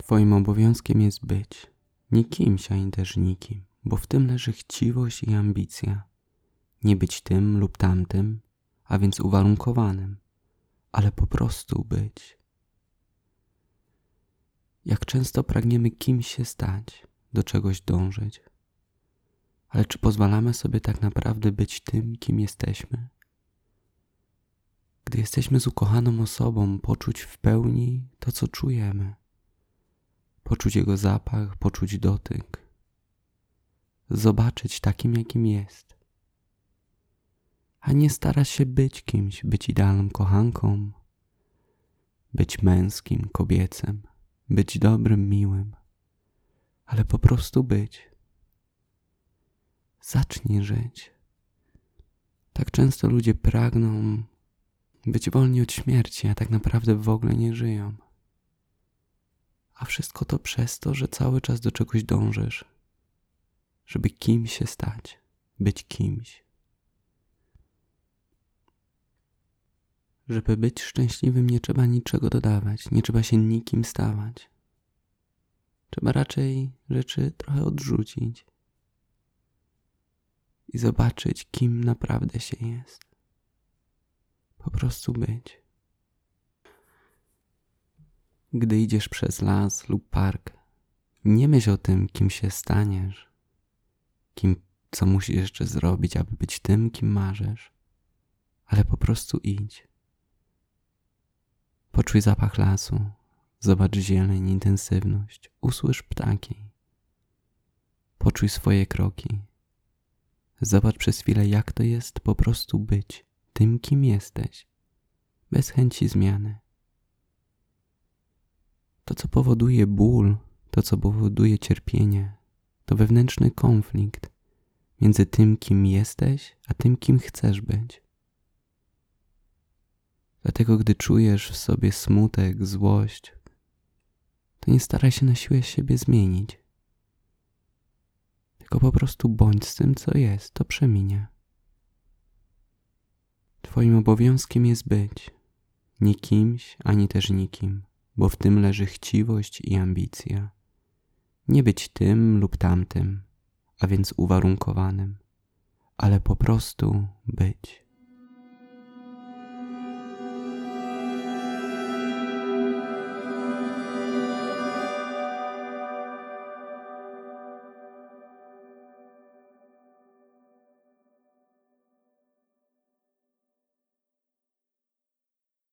Twoim obowiązkiem jest być nie kimś, ani też nikim, bo w tym leży chciwość i ambicja. Nie być tym lub tamtym, a więc uwarunkowanym, ale po prostu być. Jak często pragniemy kimś się stać, do czegoś dążyć, ale czy pozwalamy sobie tak naprawdę być tym, kim jesteśmy? Gdy jesteśmy z ukochaną osobą, poczuć w pełni to, co czujemy. Poczuć jego zapach, poczuć dotyk. Zobaczyć takim, jakim jest. A nie starać się być kimś, być idealną kochanką, być męskim, kobiecym, być dobrym, miłym, ale po prostu być. Zacznij żyć. Tak często ludzie pragną być wolni od śmierci, a tak naprawdę w ogóle nie żyją. A wszystko to przez to, że cały czas do czegoś dążysz, żeby kimś się stać, być kimś. Żeby być szczęśliwym, nie trzeba niczego dodawać, nie trzeba się nikim stawać. Trzeba raczej rzeczy trochę odrzucić i zobaczyć, kim naprawdę się jest. Po prostu być. Gdy idziesz przez las lub park, nie myśl o tym, kim się staniesz, co musisz jeszcze zrobić, aby być tym, kim marzysz, ale po prostu idź. Poczuj zapach lasu, zobacz zieleń, intensywność, usłysz ptaki. Poczuj swoje kroki. Zobacz przez chwilę, jak to jest po prostu być tym, kim jesteś, bez chęci zmiany. To, co powoduje ból, to, co powoduje cierpienie, to wewnętrzny konflikt między tym, kim jesteś, a tym, kim chcesz być. Dlatego, gdy czujesz w sobie smutek, złość, to nie staraj się na siłę siebie zmienić. Tylko po prostu bądź z tym, co jest, to przeminie. Twoim obowiązkiem jest być nie kimś, ani też nikim, bo w tym leży chciwość i ambicja. Nie być tym lub tamtym, a więc uwarunkowanym, ale po prostu być.